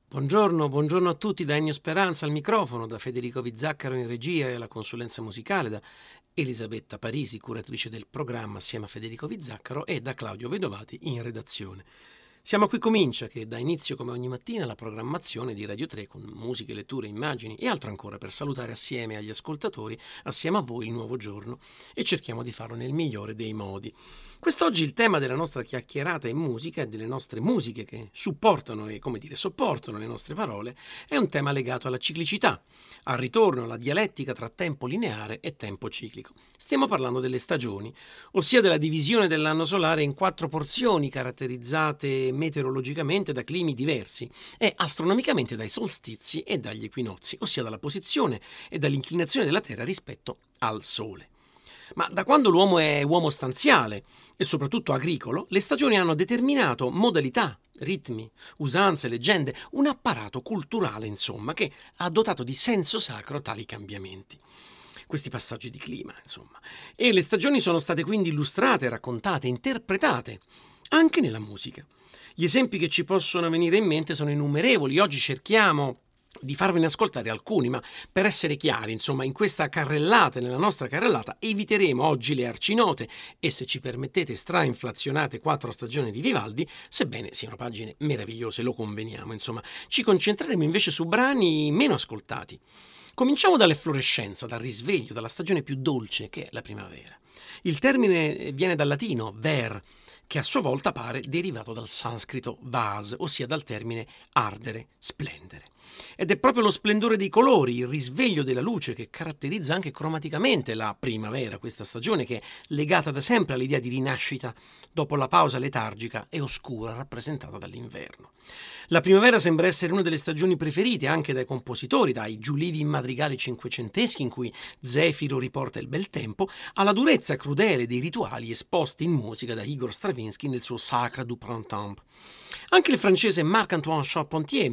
Buongiorno, buongiorno a tutti da Ennio Speranza al microfono, da Federico Vizzaccaro in regia e alla consulenza musicale, da Elisabetta Parisi, curatrice del programma assieme a Federico Vizzaccaro e da Claudio Vedovati in redazione. Siamo qui comincia che dà inizio come ogni mattina la programmazione di Radio 3 con musiche, letture, immagini e altro ancora per salutare assieme agli ascoltatori, assieme a voi il nuovo giorno e cerchiamo di farlo nel migliore dei modi. Quest'oggi il tema della nostra chiacchierata in musica e delle nostre musiche che supportano e, come dire, sopportano le nostre parole è un tema legato alla ciclicità, al ritorno alla dialettica tra tempo lineare e tempo ciclico. Stiamo parlando delle stagioni, ossia della divisione dell'anno solare in 4 porzioni caratterizzate meteorologicamente da climi diversi e astronomicamente dai solstizi e dagli equinozi, ossia dalla posizione e dall'inclinazione della Terra rispetto al Sole. Ma da quando l'uomo è uomo stanziale e soprattutto agricolo, le stagioni hanno determinato modalità, ritmi, usanze, leggende, un apparato culturale, insomma, che ha dotato di senso sacro tali cambiamenti. Questi passaggi di clima, insomma. E le stagioni sono state quindi illustrate, raccontate, interpretate, anche nella musica. Gli esempi che ci possono venire in mente sono innumerevoli. Oggi cerchiamo di farvene ascoltare alcuni, ma per essere chiari, insomma, in questa carrellata, nella nostra carrellata, eviteremo oggi le arcinote e, se ci permettete, strainflazionate 4 stagioni di Vivaldi, sebbene siano pagine meravigliose, lo conveniamo, insomma. Ci concentreremo invece su brani meno ascoltati. Cominciamo dall'efflorescenza, dal risveglio, dalla stagione più dolce che è la primavera. Il termine viene dal latino ver, che a sua volta pare derivato dal sanscrito vas, ossia dal termine ardere, splendere. Ed è proprio lo splendore dei colori, il risveglio della luce che caratterizza anche cromaticamente la primavera, questa stagione che è legata da sempre all'idea di rinascita dopo la pausa letargica e oscura rappresentata dall'inverno. La primavera sembra essere una delle stagioni preferite anche dai compositori, dai giulivi madrigali cinquecenteschi in cui Zefiro riporta il bel tempo, alla durezza crudele dei rituali esposti in musica da Igor Stravinsky nel suo Sacre du Printemps. Anche il francese Marc-Antoine Charpentier,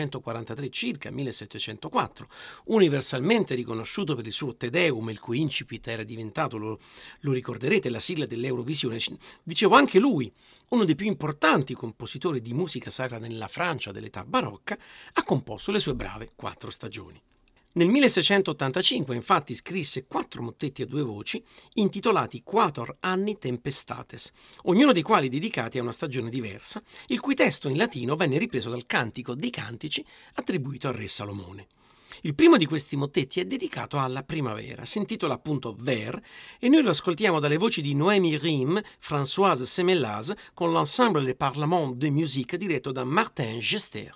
1643 circa 1704, universalmente riconosciuto per il suo Te Deum, il cui incipit era diventato, lo ricorderete, la sigla dell'Eurovisione, dicevo anche lui, uno dei più importanti compositori di musica sacra nella Francia dell'età barocca, ha composto le sue brave 4 stagioni. Nel 1685 infatti scrisse 4 mottetti a 2 voci intitolati Quator anni tempestates, ognuno dei quali dedicati a una stagione diversa, il cui testo in latino venne ripreso dal Cantico dei Cantici attribuito al re Salomone. Il primo di questi mottetti è dedicato alla primavera, si intitola appunto Ver e noi lo ascoltiamo dalle voci di Noémie Rheims, Françoise Semelaz con l'Ensemble des Parlements de Musique diretto da Martin Gester.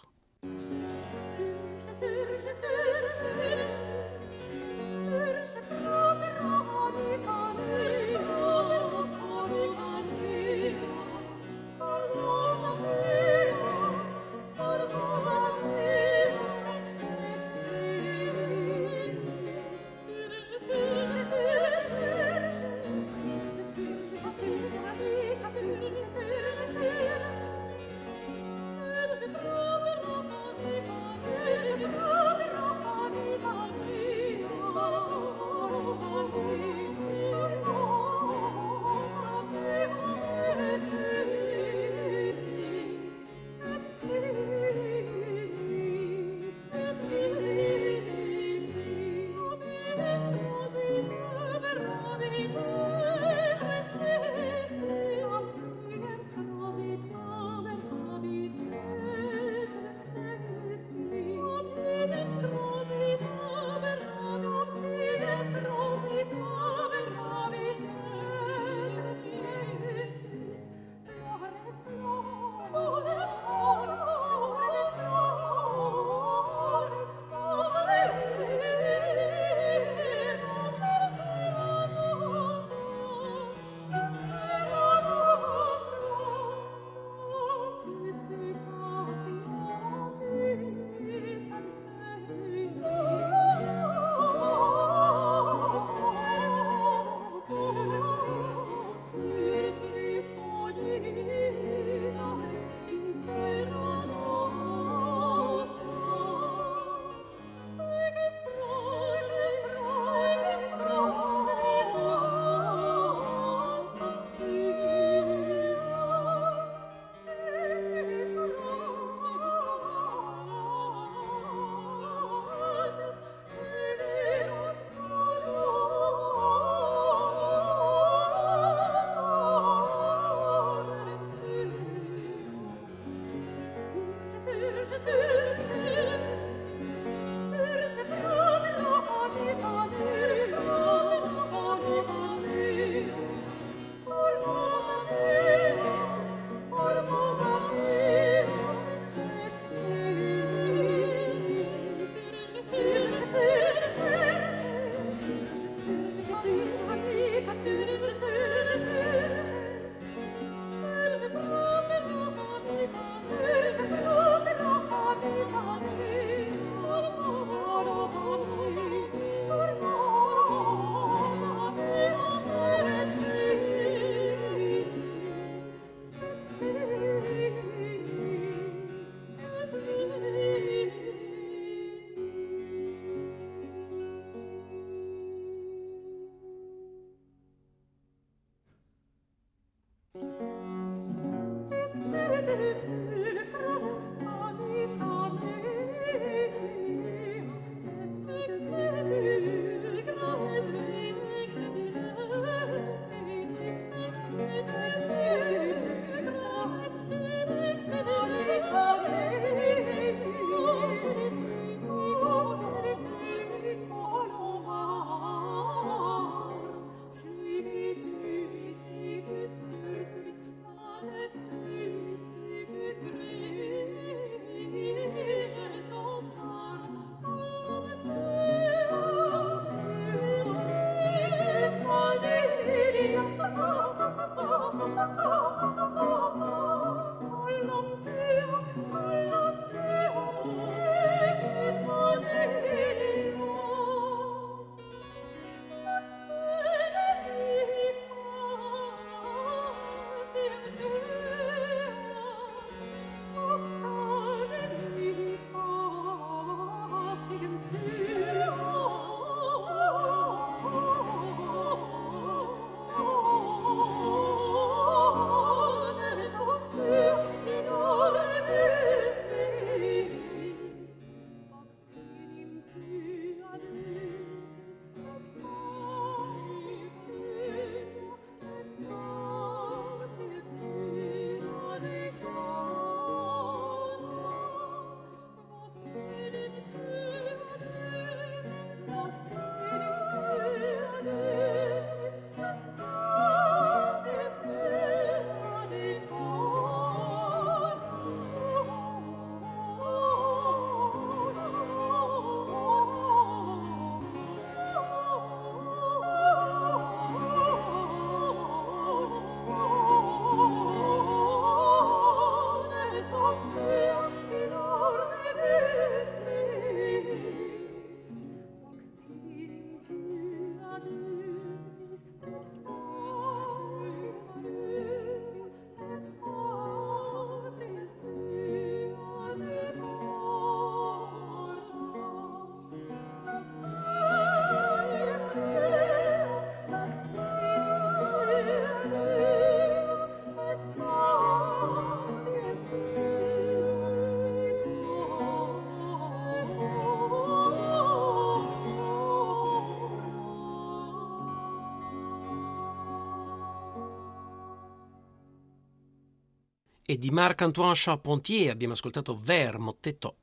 E di Marc-Antoine Charpentier abbiamo ascoltato Vers, mottetto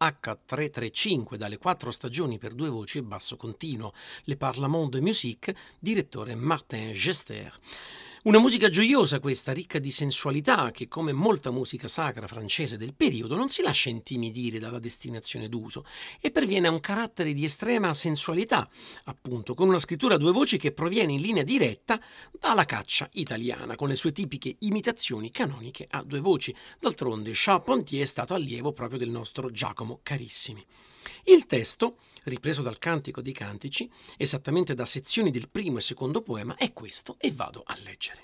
H335 dalle 4 stagioni per 2 voci e basso continuo, Le Parlement de Musique, direttore Martin Gester. Una musica gioiosa questa, ricca di sensualità, che come molta musica sacra francese del periodo non si lascia intimidire dalla destinazione d'uso e perviene a un carattere di estrema sensualità, appunto, con una scrittura a 2 voci che proviene in linea diretta dalla caccia italiana, con le sue tipiche imitazioni canoniche a 2 voci. D'altronde Charpentier è stato allievo proprio del nostro Giacomo Carissimi. Il testo, ripreso dal Cantico dei Cantici, esattamente da sezioni del primo e secondo poema, è questo e vado a leggere.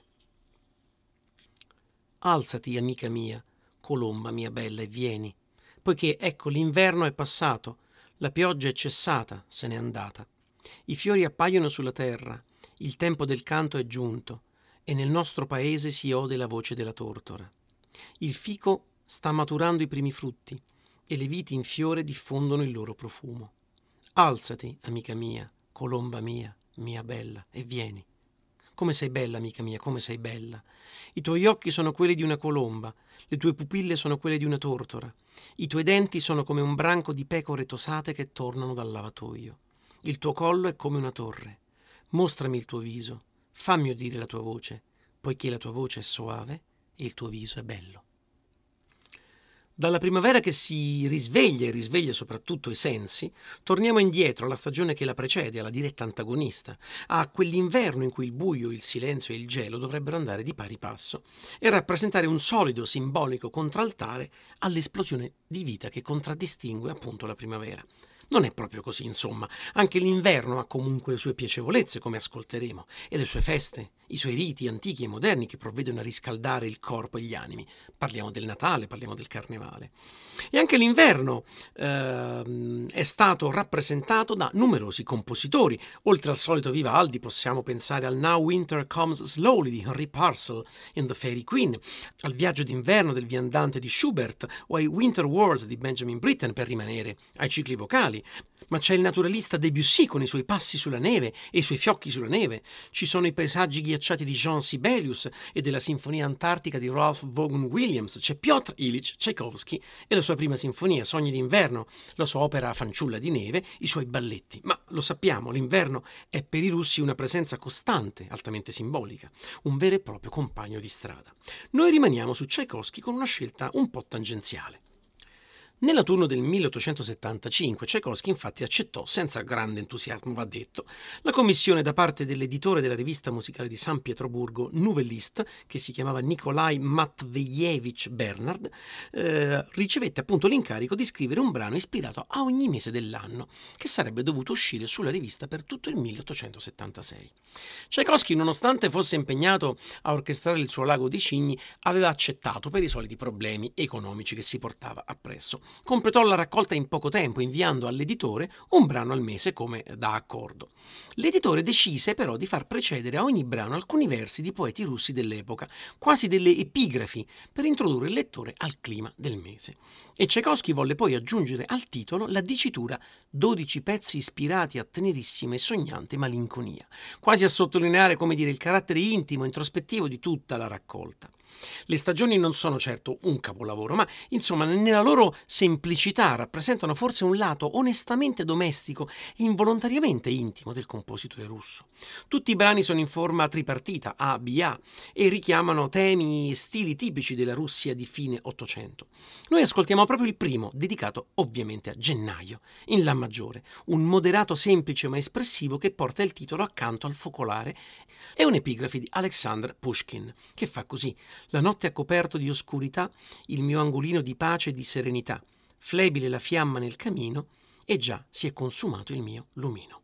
Alzati, amica mia, colomba mia bella, e vieni, poiché ecco l'inverno è passato, la pioggia è cessata, se n'è andata. I fiori appaiono sulla terra, il tempo del canto è giunto, e nel nostro paese si ode la voce della tortora. Il fico sta maturando i primi frutti, e le viti in fiore diffondono il loro profumo. Alzati, amica mia, colomba mia, mia bella, e vieni. Come sei bella, amica mia, come sei bella. I tuoi occhi sono quelli di una colomba, Le tue pupille sono quelle di una tortora. I tuoi denti sono come un branco di pecore tosate che tornano dal lavatoio. Il tuo collo è come una torre. Mostrami il tuo viso. Fammi udire la tua voce, poiché la tua voce è soave e il tuo viso è bello. Dalla primavera che si risveglia e risveglia soprattutto i sensi, torniamo indietro alla stagione che la precede, alla diretta antagonista, a quell'inverno in cui il buio, il silenzio e il gelo dovrebbero andare di pari passo e rappresentare un solido simbolico contraltare all'esplosione di vita che contraddistingue appunto la primavera. Non è proprio così, insomma. Anche l'inverno ha comunque le sue piacevolezze, come ascolteremo, e le sue feste, i suoi riti antichi e moderni che provvedono a riscaldare il corpo e gli animi. Parliamo del Natale, parliamo del Carnevale. E anche l'inverno è stato rappresentato da numerosi compositori. Oltre al solito Vivaldi possiamo pensare al Now Winter Comes Slowly di Henry Purcell in The Fairy Queen, al Viaggio d'inverno del viandante di Schubert o ai Winter Wars di Benjamin Britten, per rimanere ai cicli vocali. Ma c'è il naturalista Debussy con i suoi passi sulla neve e i suoi fiocchi sulla neve. Ci sono i paesaggi ghiacciati di Jean Sibelius e della Sinfonia Antartica di Ralph Vaughan Williams. C'è Piotr Ilyich Tchaikovsky e la sua prima sinfonia, Sogni d'inverno, la sua opera Fanciulla di neve, i suoi balletti. Ma lo sappiamo, l'inverno è per i russi una presenza costante, altamente simbolica, un vero e proprio compagno di strada. Noi rimaniamo su Tchaikovsky con una scelta un po' tangenziale. Nell'autunno del 1875 Tchaikovsky infatti accettò, senza grande entusiasmo va detto, la commissione da parte dell'editore della rivista musicale di San Pietroburgo Nouvelliste, che si chiamava Nikolai Matveyevich Bernard, ricevette appunto l'incarico di scrivere un brano ispirato a ogni mese dell'anno, che sarebbe dovuto uscire sulla rivista per tutto il 1876. Tchaikovsky, nonostante fosse impegnato a orchestrare il suo Lago di Cigni, aveva accettato per i soliti problemi economici che si portava appresso. Completò la raccolta in poco tempo, inviando all'editore un brano al mese come da accordo. L'editore decise però di far precedere a ogni brano alcuni versi di poeti russi dell'epoca, quasi delle epigrafi, per introdurre il lettore al clima del mese. E Tchaikovsky volle poi aggiungere al titolo la dicitura 12 pezzi ispirati a tenerissima e sognante malinconia, quasi a sottolineare, come dire, il carattere intimo e introspettivo di tutta la raccolta. Le stagioni non sono certo un capolavoro, ma insomma nella loro semplicità rappresentano forse un lato onestamente domestico e involontariamente intimo del compositore russo. Tutti i brani sono in forma tripartita, A-B-A, e richiamano temi e stili tipici della Russia di fine Ottocento. Noi ascoltiamo proprio il primo, dedicato ovviamente a Gennaio, in La maggiore, un moderato semplice ma espressivo che porta il titolo accanto al focolare. È un'epigrafe di Alexander Pushkin, che fa così: la notte ha coperto di oscurità il mio angolino di pace e di serenità, flebile la fiamma nel camino, e già si è consumato il mio lumino.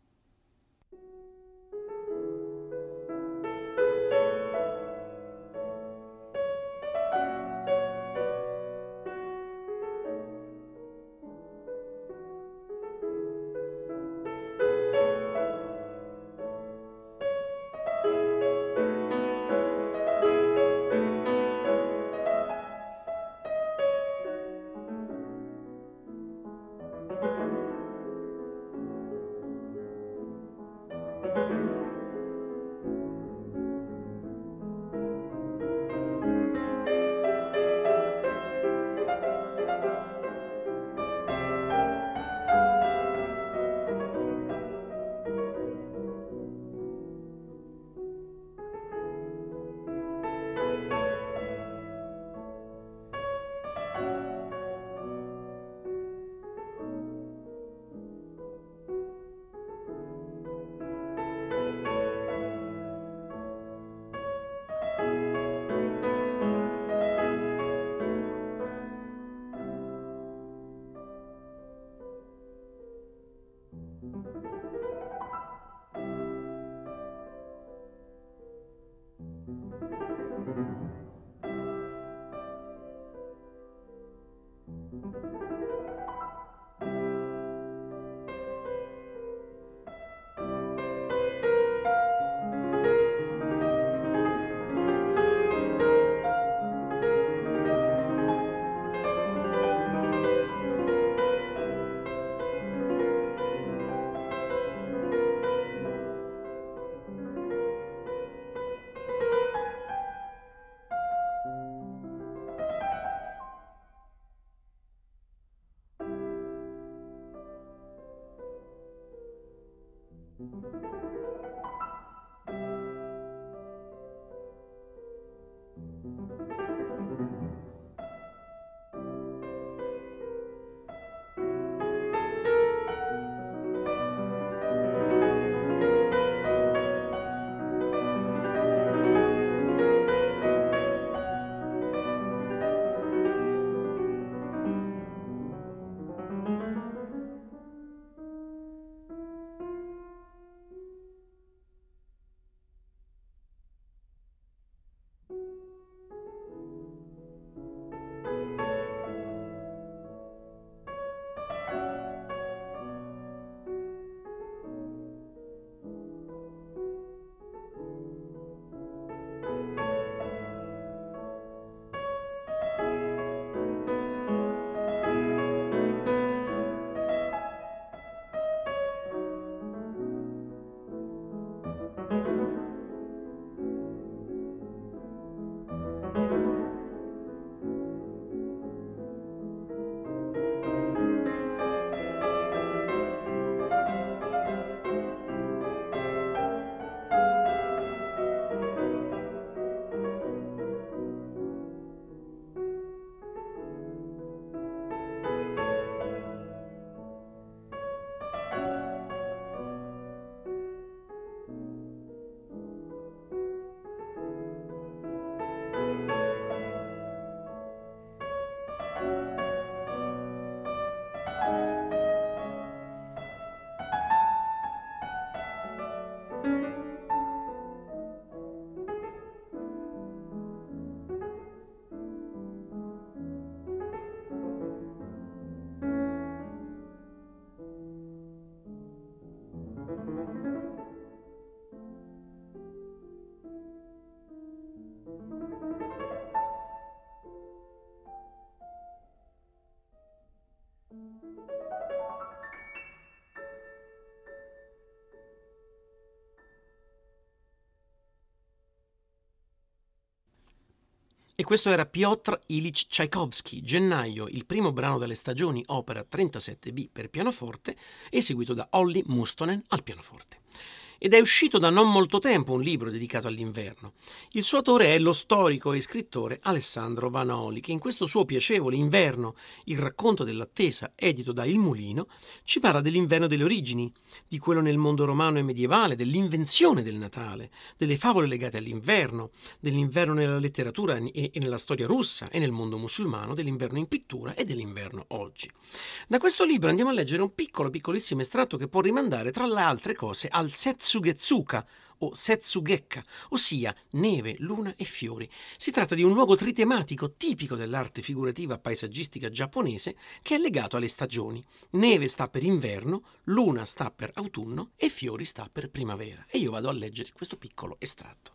E questo era Piotr Ilyich Tchaikovsky, Gennaio, il primo brano delle stagioni, opera 37b per pianoforte, eseguito da Olli Mustonen al pianoforte. Ed è uscito da non molto tempo un libro dedicato all'inverno. Il suo autore è lo storico e scrittore Alessandro Vanoli, che in questo suo piacevole Inverno, il racconto dell'attesa, edito da Il Mulino, ci parla dell'inverno delle origini, di quello nel mondo romano e medievale, dell'invenzione del Natale, delle favole legate all'inverno, dell'inverno nella letteratura e nella storia russa e nel mondo musulmano, dell'inverno in pittura e dell'inverno oggi. Da questo libro andiamo a leggere un piccolissimo estratto che può rimandare tra le altre cose al Setsugetsuka o Setsugekka, ossia neve, luna e fiori. Si tratta di un luogo tritematico tipico dell'arte figurativa paesaggistica giapponese che è legato alle stagioni. Neve sta per inverno, luna sta per autunno e fiori sta per primavera. E io vado a leggere questo piccolo estratto.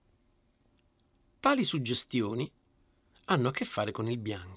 Tali suggestioni hanno a che fare con il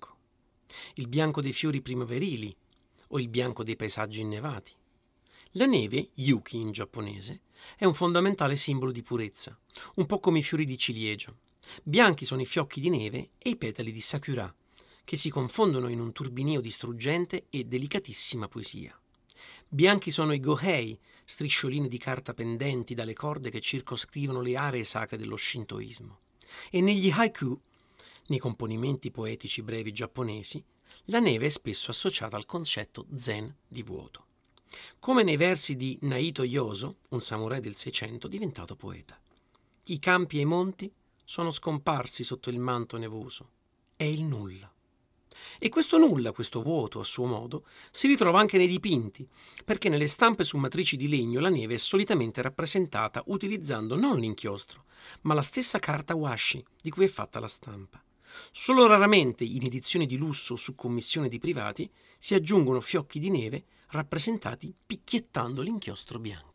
bianco dei fiori primaverili o il bianco dei paesaggi innevati. La neve, yuki in giapponese, è un fondamentale simbolo di purezza, un po' come i fiori di ciliegio. Bianchi sono i fiocchi di neve e i petali di sakura, che si confondono in un turbinio di struggente e delicatissima poesia. Bianchi sono i gohei, striscioline di carta pendenti dalle corde che circoscrivono le aree sacre dello shintoismo. E negli haiku, nei componimenti poetici brevi giapponesi, la neve è spesso associata al concetto zen di vuoto. Come nei versi di Naito Yoso, un samurai del Seicento diventato poeta. I campi e i monti sono scomparsi sotto il manto nevoso. È il nulla. E questo nulla, questo vuoto a suo modo, si ritrova anche nei dipinti, perché nelle stampe su matrici di legno la neve è solitamente rappresentata utilizzando non l'inchiostro, ma la stessa carta washi di cui è fatta la stampa. Solo raramente in edizioni di lusso su commissione di privati si aggiungono fiocchi di neve rappresentati picchiettando l'inchiostro bianco.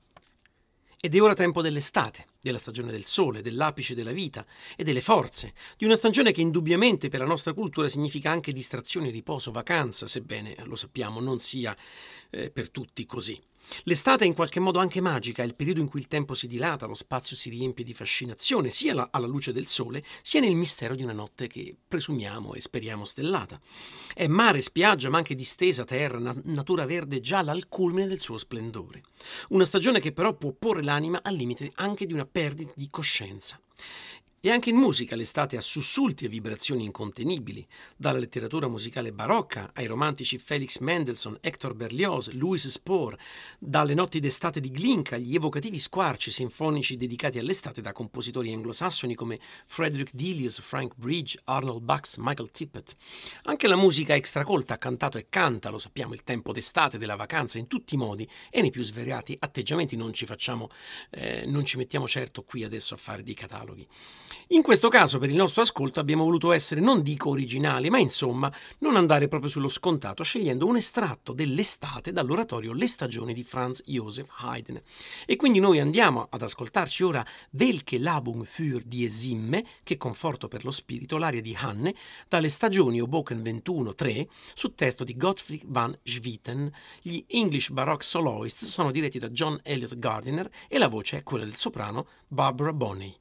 Ed è ora tempo dell'estate, della stagione del sole, dell'apice della vita e delle forze, di una stagione che indubbiamente per la nostra cultura significa anche distrazione, riposo, vacanza, sebbene, lo sappiamo, non sia per tutti così. L'estate è in qualche modo anche magica, è il periodo in cui il tempo si dilata, lo spazio si riempie di fascinazione, sia alla luce del sole, sia nel mistero di una notte che presumiamo e speriamo stellata. È mare, spiaggia, ma anche distesa, terra, natura verde gialla al culmine del suo splendore. Una stagione che però può porre l'anima al limite anche di una perdita di coscienza. E anche in musica l'estate ha sussulti e vibrazioni incontenibili, dalla letteratura musicale barocca ai romantici Felix Mendelssohn, Hector Berlioz, Louis Spohr, dalle notti d'estate di Glinka agli evocativi squarci sinfonici dedicati all'estate da compositori anglosassoni come Frederick Delius, Frank Bridge, Arnold Bax, Michael Tippett. Anche la musica extracolta ha cantato e canta, lo sappiamo, il tempo d'estate, della vacanza in tutti i modi e nei più svariati atteggiamenti. Non ci mettiamo certo qui adesso a fare dei cataloghi. In questo caso, per il nostro ascolto, abbiamo voluto essere, non dico originali, ma insomma non andare proprio sullo scontato, scegliendo un estratto dell'estate dall'oratorio Le stagioni di Franz Joseph Haydn. E quindi noi andiamo ad ascoltarci ora Welche Labung für die Simme, che conforto per lo spirito, l'aria di Hanne, dalle stagioni Hoboken 21-3, su testo di Gottfried van Swieten. Gli English Baroque Soloists sono diretti da John Elliott Gardiner e la voce è quella del soprano Barbara Bonney.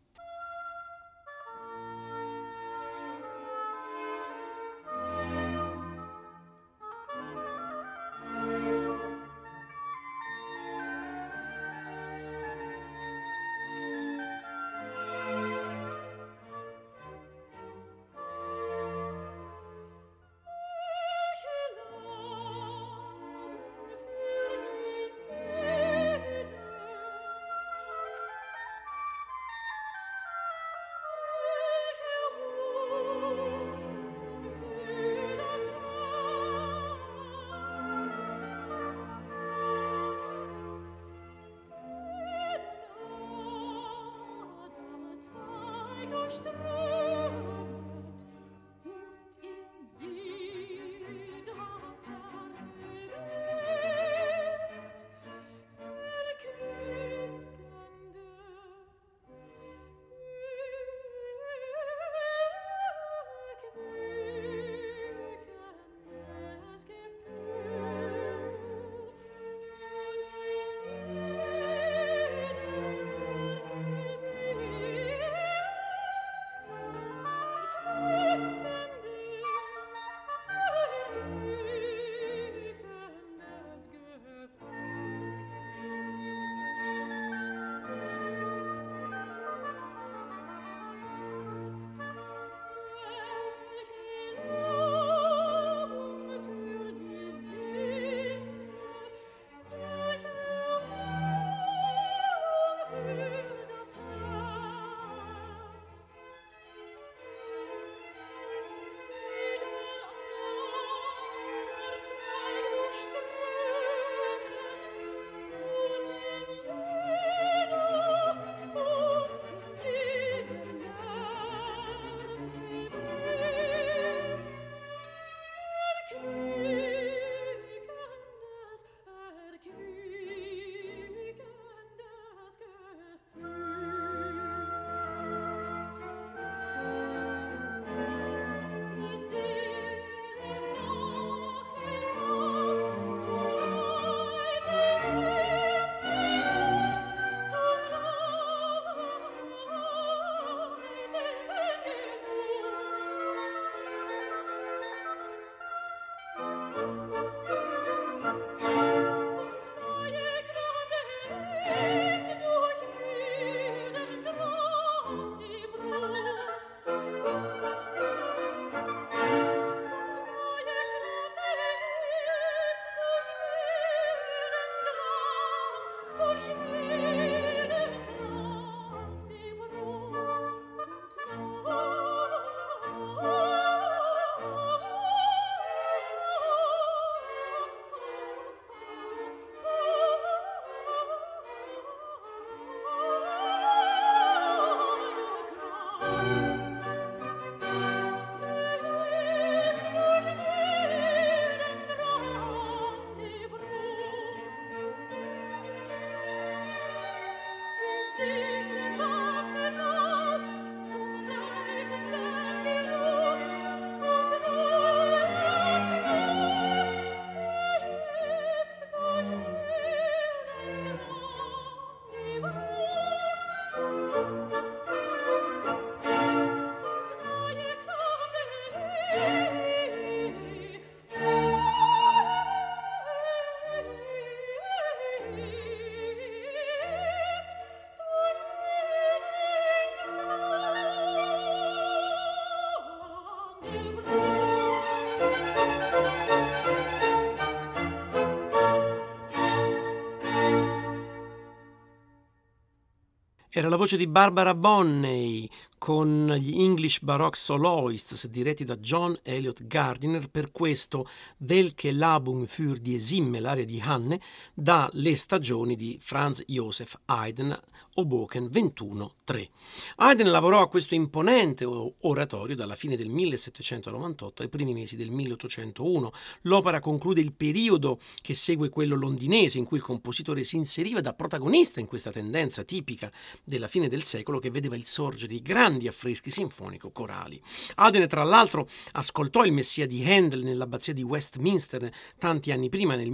Era la voce di Barbara Bonney con gli English Baroque Soloists diretti da John Eliot Gardiner per questo Welche Labung für die Simme, l'aria di Hanne, da Le stagioni di Franz Joseph Haydn, Hoboken 21-3. Haydn lavorò a questo imponente oratorio dalla fine del 1798 ai primi mesi del 1801. L'opera conclude il periodo che segue quello londinese in cui il compositore si inseriva da protagonista in questa tendenza tipica della fine del secolo che vedeva il sorgere di grandi affreschi sinfonico-corali. Haydn, tra l'altro, ascoltò il Messia di Handel nell'abbazia di Westminster tanti anni prima, nel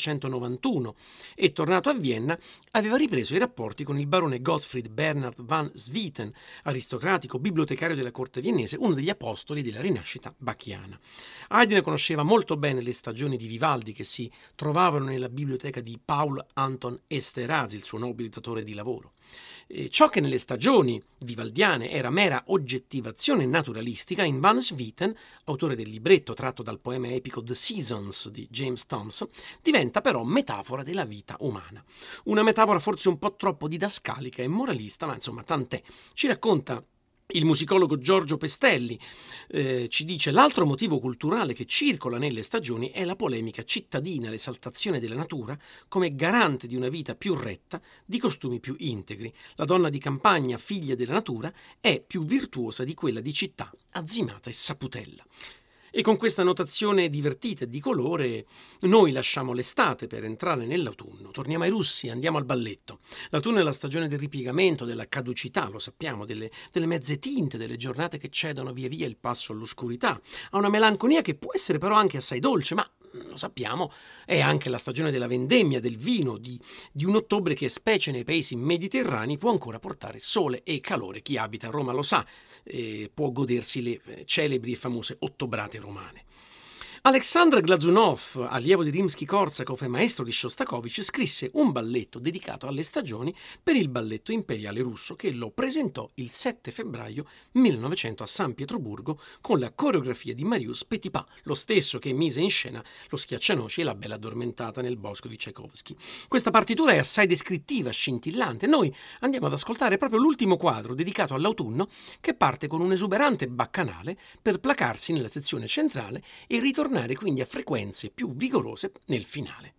1791, e tornato a Vienna aveva ripreso i rapporti con il barone Gottfried Bernhard van Swieten, aristocratico bibliotecario della corte viennese, uno degli apostoli della rinascita bacchiana. Haydn conosceva molto bene le stagioni di Vivaldi che si trovavano nella biblioteca di Paul Anton Esterhazy, il suo nobile datore di lavoro. Ciò che nelle stagioni vivaldiane era mera oggettivazione naturalistica, in Van Swieten, autore del libretto tratto dal poema epico The Seasons di James Thomson, diventa però metafora della vita umana. Una metafora forse un po' troppo didascalica e moralista, ma insomma tant'è. Ci racconta il musicologo Giorgio Pestelli, ci dice: l'altro motivo culturale che circola nelle stagioni è la polemica cittadina, l'esaltazione della natura come garante di una vita più retta, di costumi più integri. La donna di campagna, figlia della natura, è più virtuosa di quella di città, azzimata e saputella. E con questa notazione divertita e di colore noi lasciamo l'estate per entrare nell'autunno. Torniamo ai russi, andiamo al balletto. L'autunno è la stagione del ripiegamento, della caducità, lo sappiamo, delle mezze tinte, delle giornate che cedono via via il passo all'oscurità. Ha una melanconia che può essere però anche assai dolce, ma lo sappiamo, è anche la stagione della vendemmia, del vino, di un ottobre che, specie nei paesi mediterranei, può ancora portare sole e calore. Chi abita a Roma lo sa, può godersi le celebri e famose ottobrate romane. Alexandr Glazunov, allievo di Rimsky-Korsakov e maestro di Shostakovich, scrisse un balletto dedicato alle stagioni per il balletto imperiale russo che lo presentò il 7 febbraio 1900 a San Pietroburgo con la coreografia di Marius Petipa, lo stesso che mise in scena Lo Schiaccianoci e La Bella Addormentata nel bosco di Tchaikovsky. Questa partitura è assai descrittiva, scintillante. Noi andiamo ad ascoltare proprio l'ultimo quadro dedicato all'autunno, che parte con un esuberante baccanale per placarsi nella sezione centrale e ritornare quindi a frequenze più vigorose nel finale.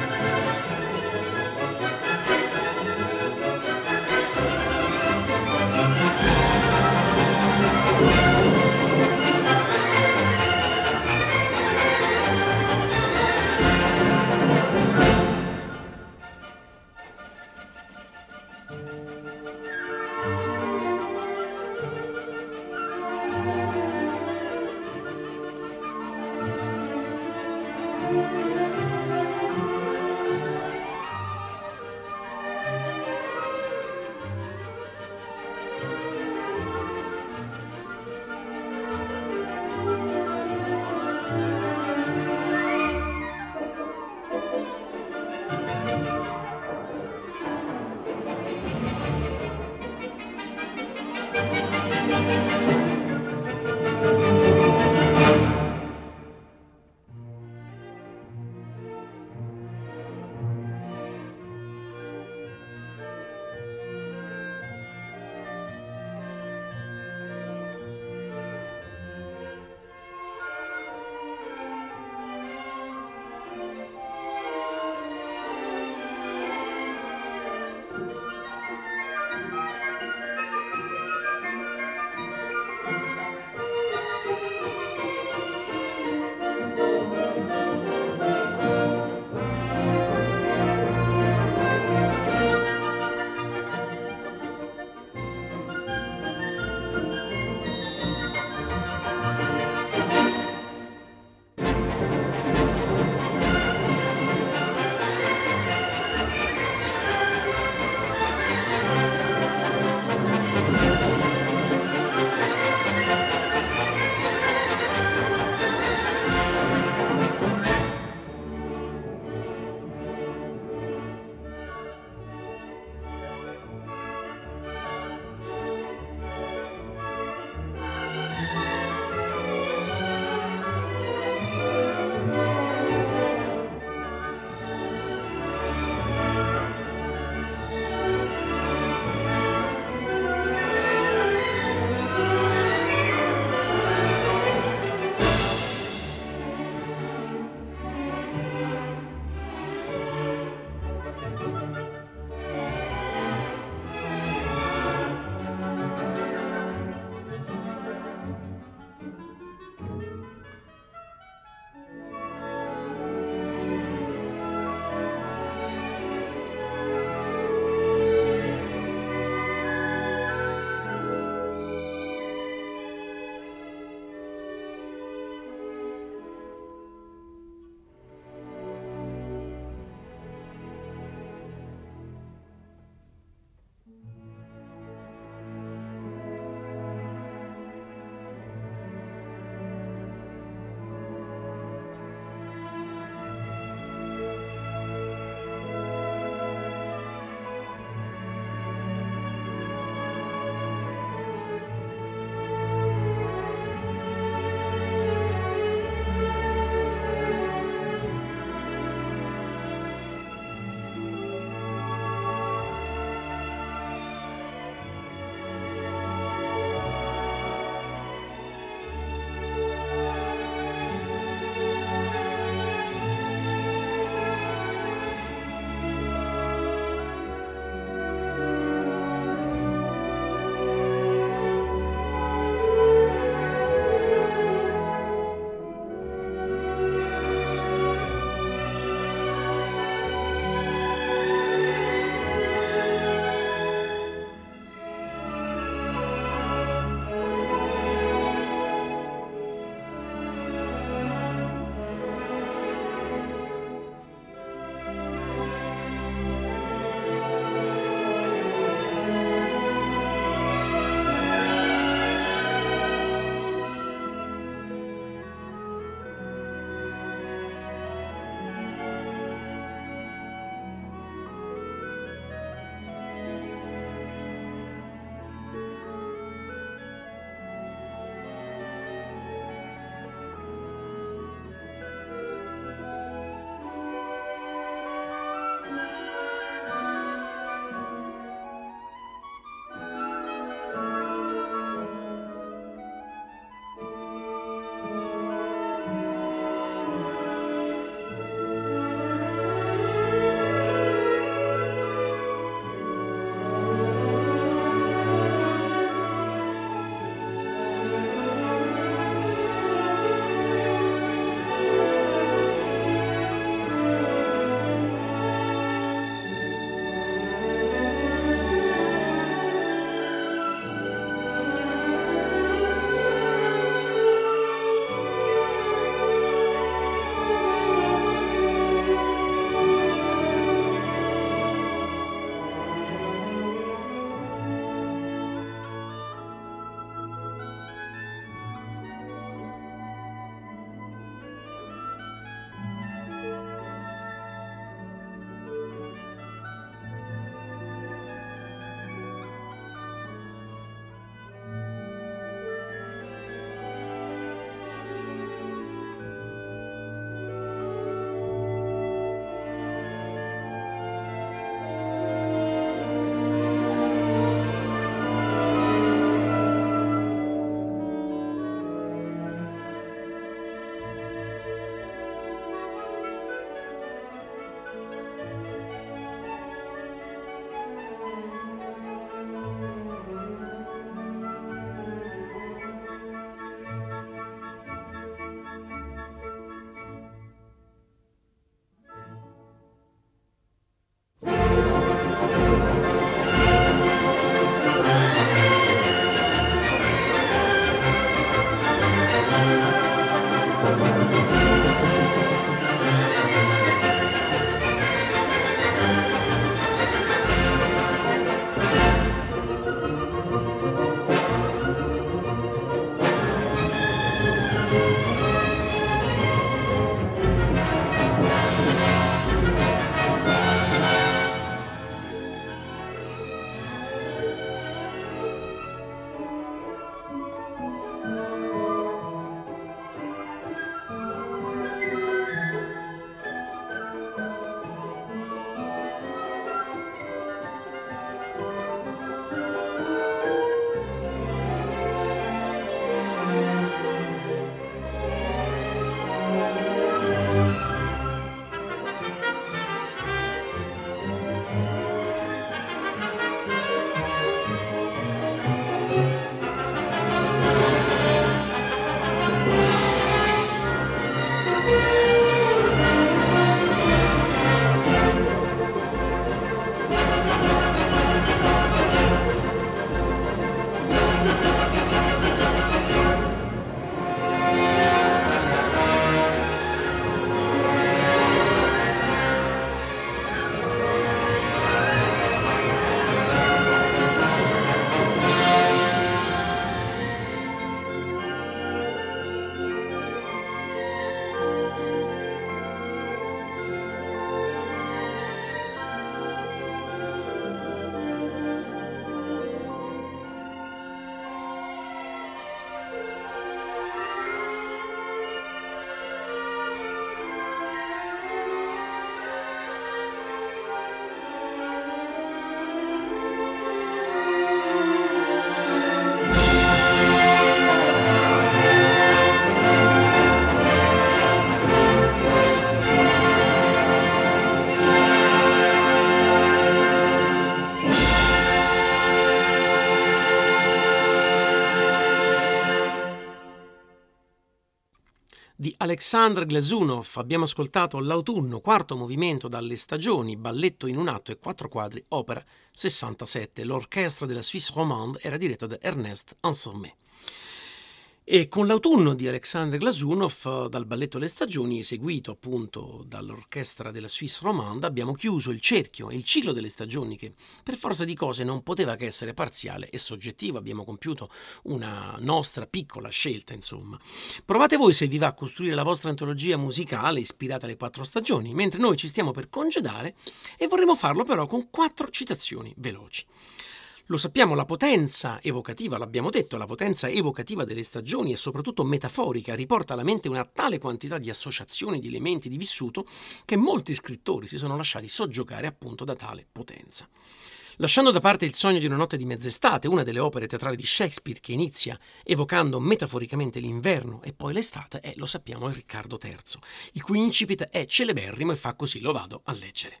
Aleksandr Glazunov abbiamo ascoltato L'autunno, quarto movimento dalle stagioni, balletto in un atto e 4 quadri, opera 67. L'orchestra della Suisse romande era diretta da Ernest Ansermet. E con L'autunno di Aleksandr Glazunov, dal balletto Le stagioni, eseguito appunto dall'orchestra della Suisse romande, abbiamo chiuso il cerchio e il ciclo delle stagioni che per forza di cose non poteva che essere parziale e soggettivo. Abbiamo compiuto una nostra piccola scelta, insomma. Provate voi se vi va a costruire la vostra antologia musicale ispirata alle 4 stagioni, mentre noi ci stiamo per congedare e vorremmo farlo però con 4 citazioni veloci. Lo sappiamo, la potenza evocativa, l'abbiamo detto, la potenza evocativa delle stagioni e soprattutto metaforica riporta alla mente una tale quantità di associazioni, di elementi, di vissuto, che molti scrittori si sono lasciati soggiogare appunto da tale potenza. Lasciando da parte Il sogno di una notte di mezz'estate, una delle opere teatrali di Shakespeare che inizia evocando metaforicamente l'inverno e poi l'estate, lo sappiamo, è Riccardo III, il cui incipit è celeberrimo e fa così, lo vado a leggere.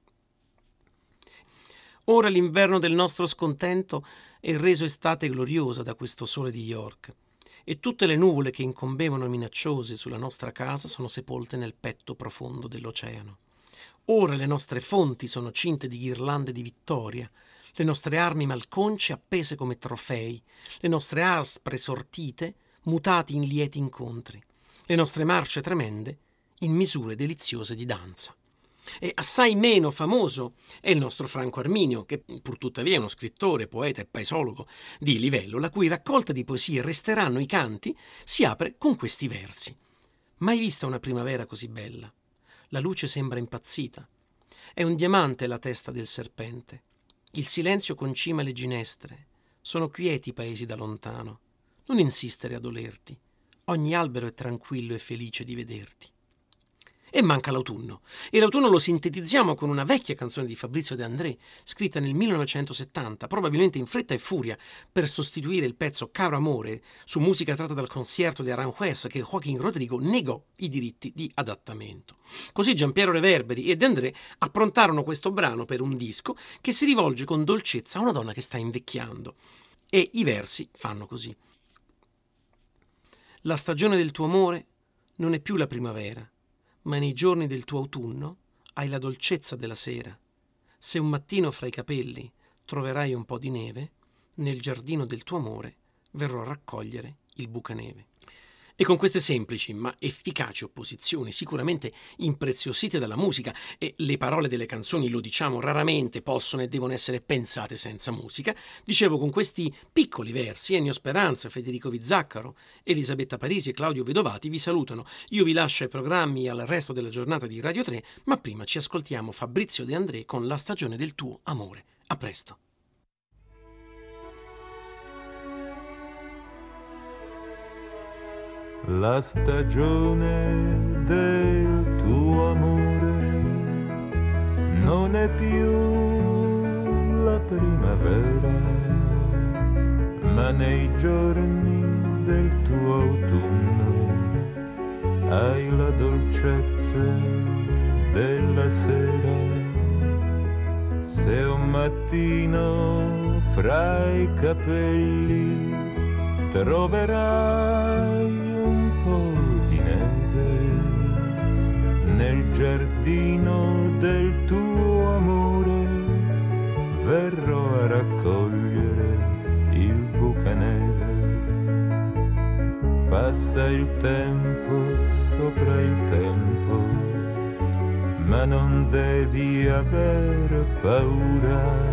Ora l'inverno del nostro scontento è reso estate gloriosa da questo sole di York, e tutte le nuvole che incombevano minacciose sulla nostra casa sono sepolte nel petto profondo dell'oceano. Ora le nostre fonti sono cinte di ghirlande di vittoria, le nostre armi malconce appese come trofei, le nostre aspre sortite mutati in lieti incontri, le nostre marce tremende in misure deliziose di danza. E assai meno famoso è il nostro Franco Arminio, che pur tuttavia è uno scrittore, poeta e paesologo di livello, la cui raccolta di poesie Resteranno i canti si apre con questi versi. Mai vista una primavera così bella. La luce sembra impazzita. È un diamante la testa del serpente. Il silenzio concima le ginestre. Sono quieti i paesi da lontano. Non insistere a dolerti. Ogni albero è tranquillo e felice di vederti. E manca l'autunno. E l'autunno lo sintetizziamo con una vecchia canzone di Fabrizio De André, scritta nel 1970, probabilmente in fretta e furia, per sostituire il pezzo Caro Amore, su musica tratta dal concerto di Aranjuez che Joaquín Rodrigo negò i diritti di adattamento. Così Giampiero Reverberi e De André approntarono questo brano per un disco che si rivolge con dolcezza a una donna che sta invecchiando. E i versi fanno così. La stagione del tuo amore non è più la primavera, ma nei giorni del tuo autunno hai la dolcezza della sera. Se un mattino fra i capelli troverai un po' di neve, nel giardino del tuo amore verrò a raccogliere il bucaneve. E con queste semplici ma efficaci opposizioni, sicuramente impreziosite dalla musica, e le parole delle canzoni, lo diciamo, raramente possono e devono essere pensate senza musica, dicevo, con questi piccoli versi Ennio Speranza, Federico Vizzaccaro, Elisabetta Parisi e Claudio Vedovati vi salutano. Io vi lascio ai programmi e al resto della giornata di Radio 3, ma prima ci ascoltiamo Fabrizio De André con La stagione del tuo amore. A presto. La stagione del tuo amore non è più la primavera, ma nei giorni del tuo autunno hai la dolcezza della sera. Se un mattino fra i capelli troverai un po' di neve nel giardino del tuo amore, verrò a raccogliere il bucaneve. Passa il tempo sopra il tempo, ma non devi aver paura.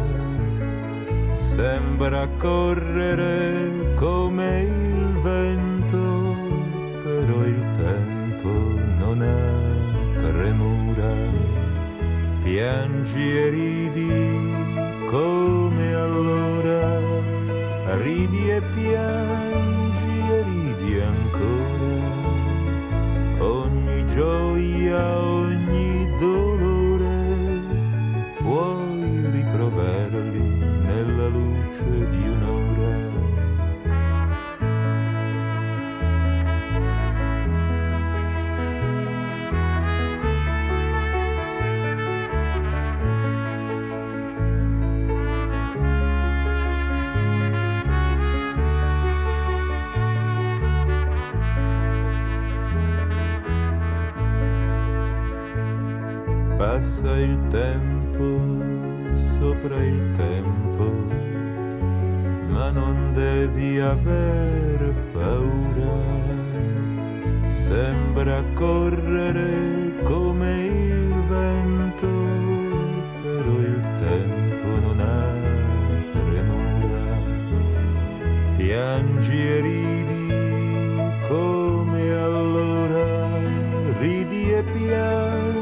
Sembra correre come il vento, però il tempo non ha premura. Piangi e ridi come allora, ridi e piangi e ridi ancora. Ogni gioia, ogni dolore puoi riproverli nella luce di un'ora. passa il tempo sopra il tempo, ma non devi aver paura, sembra correre come il vento, però il tempo non ha premura, piangi e ridi come allora, ridi e piangi